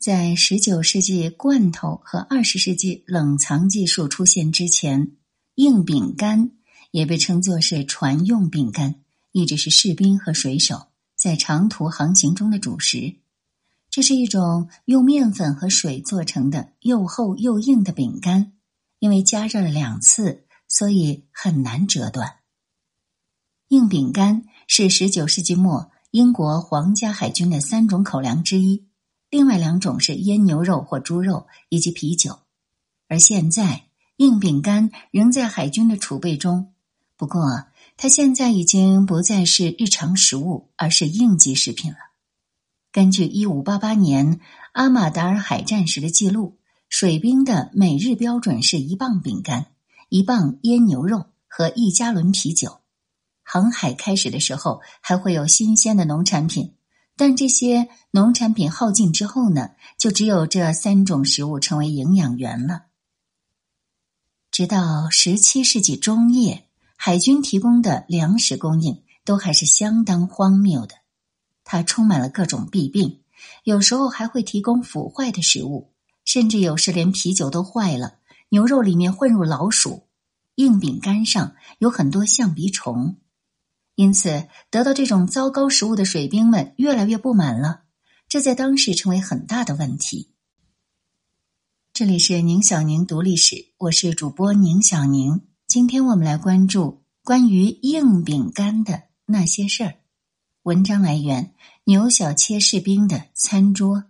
在19世纪罐头和20世纪冷藏技术出现之前，硬饼干也被称作是船用饼干，一直是士兵和水手在长途航行中的主食。这是一种用面粉和水做成的又厚又硬的饼干，因为加热了2次，所以很难折断。硬饼干是19世纪末英国皇家海军的3种口粮之一，另外2种是腌牛肉或猪肉以及啤酒。而现在硬饼干仍在海军的储备中，不过它现在已经不再是日常食物，而是应急食品了。根据1588年阿马达尔海战时的记录，水兵的每日标准是1磅饼干、1磅腌牛肉和1加仑啤酒。航海开始的时候还会有新鲜的农产品，但这些农产品耗尽之后呢，就只有这3种食物成为营养源了。直到17世纪中叶，海军提供的粮食供应都还是相当荒谬的。它充满了各种弊病，有时候还会提供腐坏的食物，甚至有时连啤酒都坏了，牛肉里面混入老鼠，硬饼干上有很多象鼻虫。因此，得到这种糟糕食物的水兵们越来越不满了，这在当时成为很大的问题。这里是宁小宁读历史，我是主播宁小宁。今天我们来关注关于硬饼干的那些事儿。文章来源牛小切士兵的餐桌。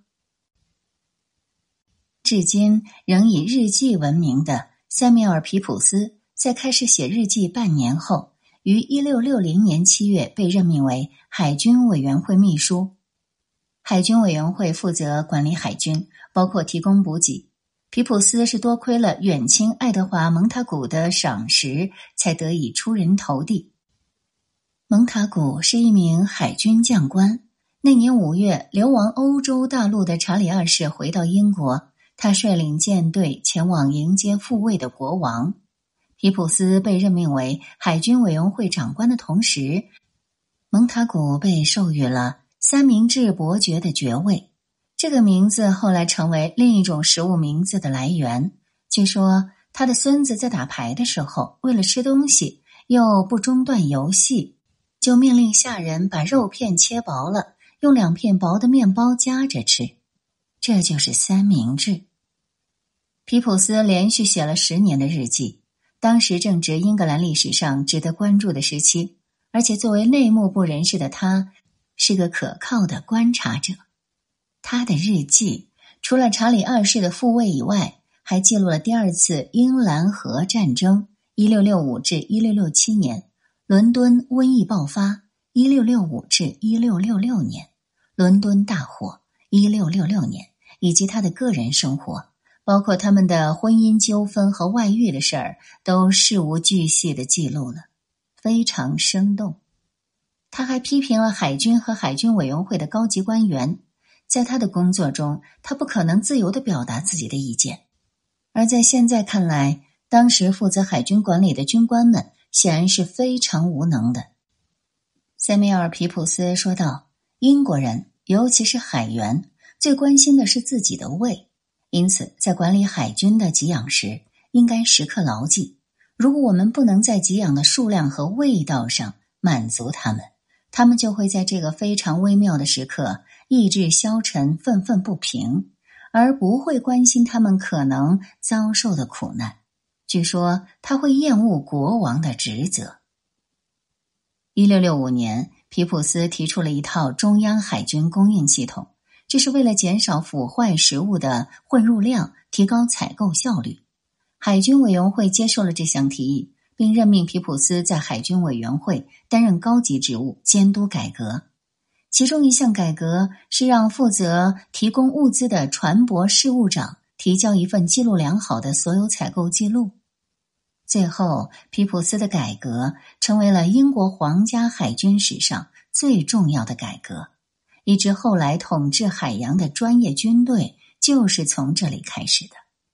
至今仍以日记闻名的塞缪尔·皮普斯，在开始写日记半年后，于1660年7月被任命为海军委员会秘书。海军委员会负责管理海军，包括提供补给。皮普斯是多亏了远亲爱德华·蒙塔古的赏识，才得以出人头地。蒙塔古是一名海军将官。那年5月，流亡欧洲大陆的查理2世回到英国，他率领舰队前往迎接复位的国王。皮普斯被任命为海军委员会长官的同时，蒙塔古被授予了三明治伯爵的爵位。这个名字后来成为另一种食物名字的来源。据说他的孙子在打牌的时候，为了吃东西又不中断游戏，就命令下人把肉片切薄了，用2片薄的面包夹着吃。这就是三明治。皮普斯连续写了10年的日记，当时正值英格兰历史上值得关注的时期，而且作为内幕部人士的他，是个可靠的观察者。他的日记除了查理2世的复位以外，还记录了第2次英兰河战争1665至1667年，伦敦瘟疫爆发1665至1666年，伦敦大火1666年，以及他的个人生活，包括他们的婚姻纠纷和外遇的事儿，都事无巨细地记录了，非常生动。他还批评了海军和海军委员会的高级官员，在他的工作中，他不可能自由地表达自己的意见。而在现在看来，当时负责海军管理的军官们显然是非常无能的。塞缪尔·皮普斯说道，英国人，尤其是海员，最关心的是自己的胃，因此在管理海军的给养时，应该时刻牢记，如果我们不能在给养的数量和味道上满足他们，他们就会在这个非常微妙的时刻意志消沉，愤愤不平，而不会关心他们可能遭受的苦难。据说他会厌恶国王的职责。1665年，皮普斯提出了一套中央海军供应系统，这是为了减少腐坏食物的混入量，提高采购效率。海军委员会接受了这项提议，并任命皮普斯在海军委员会担任高级职务，监督改革。其中一项改革是让负责提供物资的船舶事务长提交一份记录良好的所有采购记录。最后，皮普斯的改革成为了英国皇家海军史上最重要的改革，以致后来统治海洋的专业军队就是从这里开始的。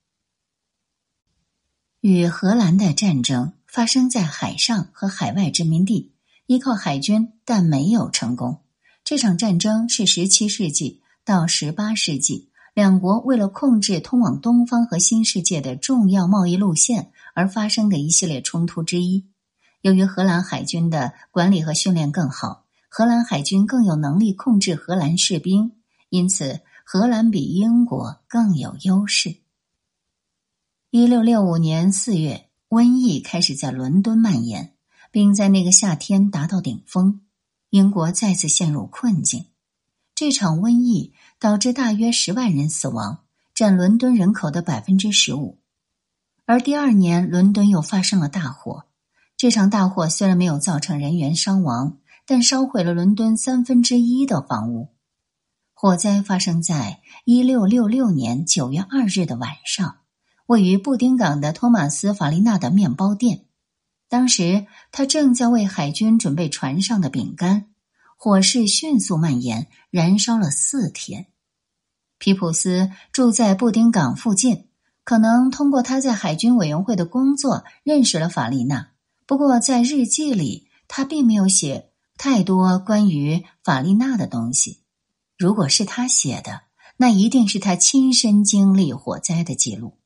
与荷兰的战争发生在海上和海外殖民地，依靠海军但没有成功。这场战争是17世纪到18世纪两国为了控制通往东方和新世界的重要贸易路线而发生的一系列冲突之一。由于荷兰海军的管理和训练更好，荷兰海军更有能力控制荷兰士兵，因此荷兰比英国更有优势。1665年4月，瘟疫开始在伦敦蔓延，并在那个夏天达到顶峰，英国再次陷入困境。这场瘟疫导致大约10万人死亡，占伦敦人口的 15%。 而第二年伦敦又发生了大火，这场大火虽然没有造成人员伤亡，但烧毁了伦敦1/3的房屋。火灾发生在1666年9月2日的晚上，位于布丁港的托马斯·法利纳的面包店。当时他正在为海军准备船上的饼干，火势迅速蔓延，燃烧了4天。皮普斯住在布丁港附近，可能通过他在海军委员会的工作认识了法丽娜。不过在日记里，他并没有写太多关于法丽娜的东西。如果是他写的，那一定是他亲身经历火灾的记录。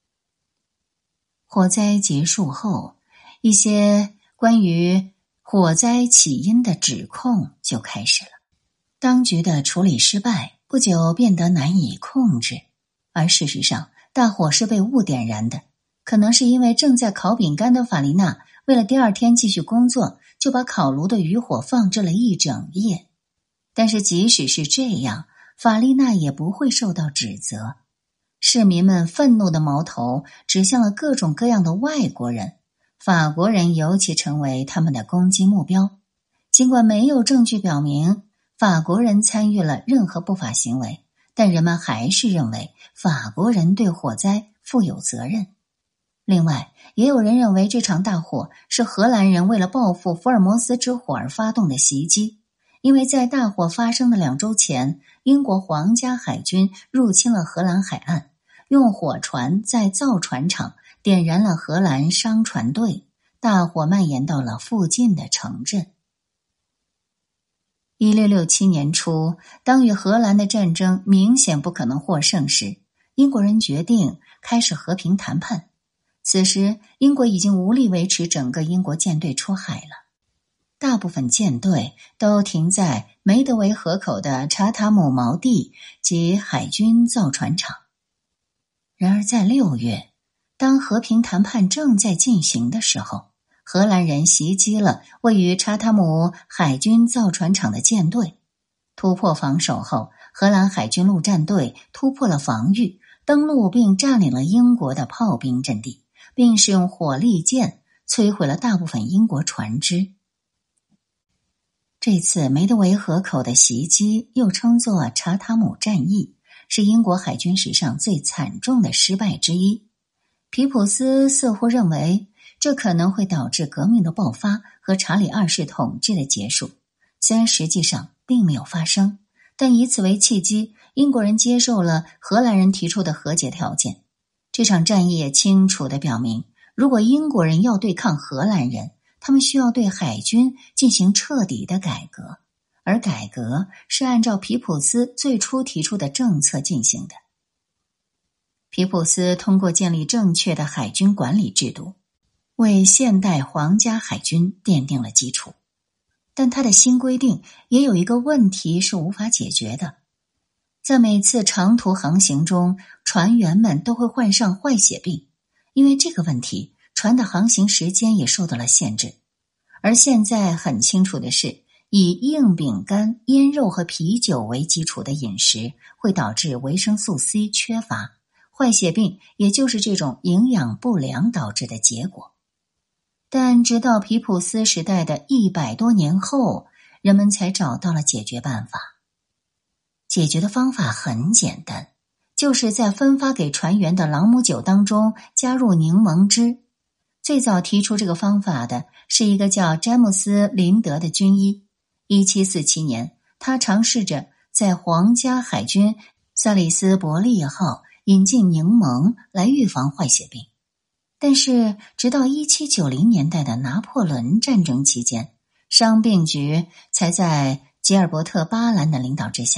火灾结束后，一些关于火灾起因的指控就开始了。当局的处理失败，不久变得难以控制，而事实上大火是被误点燃的，可能是因为正在烤饼干的法丽娜为了第二天继续工作，就把烤炉的余火放置了一整夜。但是即使是这样，法丽娜也不会受到指责。市民们愤怒的矛头指向了各种各样的外国人，法国人尤其成为他们的攻击目标。尽管没有证据表明法国人参与了任何不法行为，但人们还是认为法国人对火灾负有责任。另外，也有人认为这场大火是荷兰人为了报复福尔摩斯之火而发动的袭击，因为在大火发生的2周前，英国皇家海军入侵了荷兰海岸，用火船在造船厂点燃了荷兰商船队，大火蔓延到了附近的城镇。1667年初，当与荷兰的战争明显不可能获胜时，英国人决定开始和平谈判。此时，英国已经无力维持整个英国舰队出海了。大部分舰队都停在梅德韦河口的查塔姆锚地及海军造船厂。然而在6月，当和平谈判正在进行的时候，荷兰人袭击了位于查塔姆海军造船厂的舰队。突破防守后，荷兰海军陆战队突破了防御，登陆并占领了英国的炮兵阵地，并使用火力舰摧毁了大部分英国船只。这次梅德韦河口的袭击又称作查塔姆战役，是英国海军史上最惨重的失败之一。皮普斯似乎认为这可能会导致革命的爆发和查理2世统治的结束，虽然实际上并没有发生，但以此为契机，英国人接受了荷兰人提出的和解条件。这场战役也清楚地表明，如果英国人要对抗荷兰人，他们需要对海军进行彻底的改革，而改革是按照皮普斯最初提出的政策进行的。皮普斯通过建立正确的海军管理制度，为现代皇家海军奠定了基础。但他的新规定也有一个问题是无法解决的。在每次长途航行中，船员们都会患上坏血病，因为这个问题，船的航行时间也受到了限制。而现在很清楚的是，以硬饼干、腌肉和啤酒为基础的饮食会导致维生素 C 缺乏，坏血病也就是这种营养不良导致的结果。但直到皮普斯时代的100多年后，人们才找到了解决办法。解决的方法很简单，就是在分发给船员的朗姆酒当中加入柠檬汁。最早提出这个方法的是一个叫詹姆斯·林德的军医。1747年，他尝试着在皇家海军萨里斯伯利号引进柠檬来预防坏血病。但是直到1790年代的拿破仑战争期间，伤病局才在吉尔伯特·巴兰的领导之下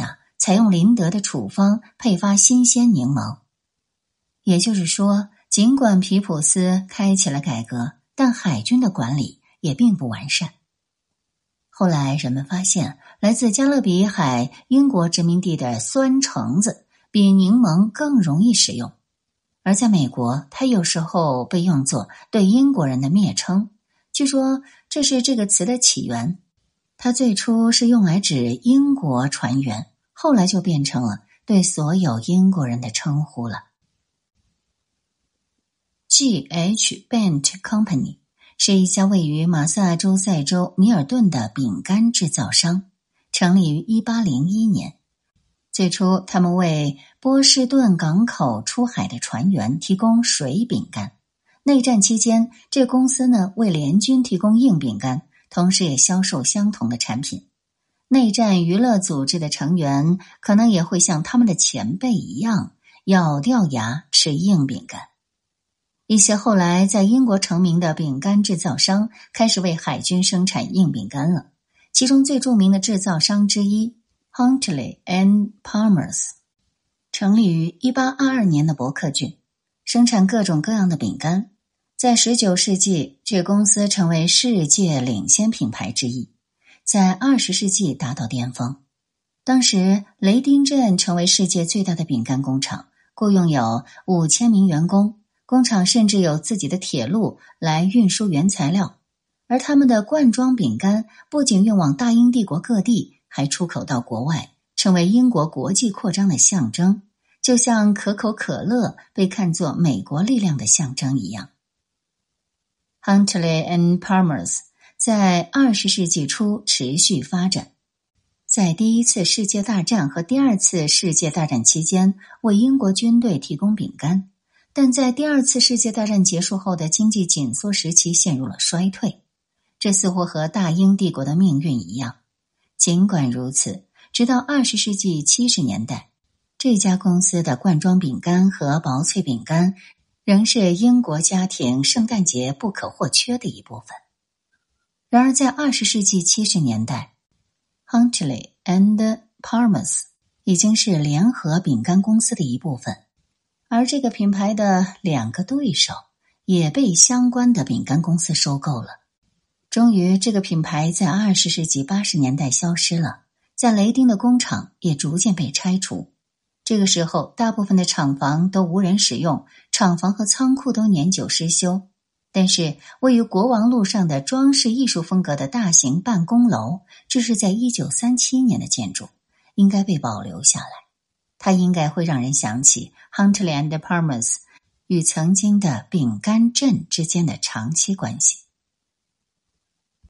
采用林德的处方配发新鲜柠檬。也就是说，尽管皮普斯开启了改革，但海军的管理也并不完善。后来人们发现，来自加勒比海英国殖民地的酸橙子比柠檬更容易使用，而在美国，它有时候被用作对英国人的蔑称。据说这是这个词的起源，它最初是用来指英国船员，后来就变成了对所有英国人的称呼了。G.H. Bent Company 是一家位于马萨诸塞州米尔顿的饼干制造商，成立于1801年。最初，他们为波士顿港口出海的船员提供水饼干。内战期间，这公司为联军提供硬饼干，同时也销售相同的产品。内战娱乐组织的成员可能也会像他们的前辈一样，咬掉牙吃硬饼干。一些后来在英国成名的饼干制造商开始为海军生产硬饼干了，其中最著名的制造商之一 Huntley and Palmers 成立于1822年的伯克郡，生产各种各样的饼干。在19世纪，这公司成为世界领先品牌之一，在20世纪达到巅峰。当时雷丁镇成为世界最大的饼干工厂，雇佣有5000名员工，工厂甚至有自己的铁路来运输原材料，而他们的罐装饼干不仅运往大英帝国各地，还出口到国外，成为英国国际扩张的象征，就像可口可乐被看作美国力量的象征一样。Huntley and Palmers 在20世纪初持续发展，在第一次世界大战和第二次世界大战期间为英国军队提供饼干，但在第二次世界大战结束后的经济紧缩时期陷入了衰退，这似乎和大英帝国的命运一样。尽管如此，直到20世纪70年代，这家公司的罐装饼干和薄脆饼干仍是英国家庭圣诞节不可或缺的一部分。然而在20世纪70年代， Huntley and Palmers 已经是联合饼干公司的一部分，而这个品牌的2个对手也被相关的饼干公司收购了。终于，这个品牌在20世纪80年代消失了，在雷丁的工厂也逐渐被拆除。这个时候，大部分的厂房都无人使用，厂房和仓库都年久失修。但是，位于国王路上的装饰艺术风格的大型办公楼，这是在1937年的建筑，应该被保留下来。它应该会让人想起 Huntley and Palmers 与曾经的饼干镇之间的长期关系。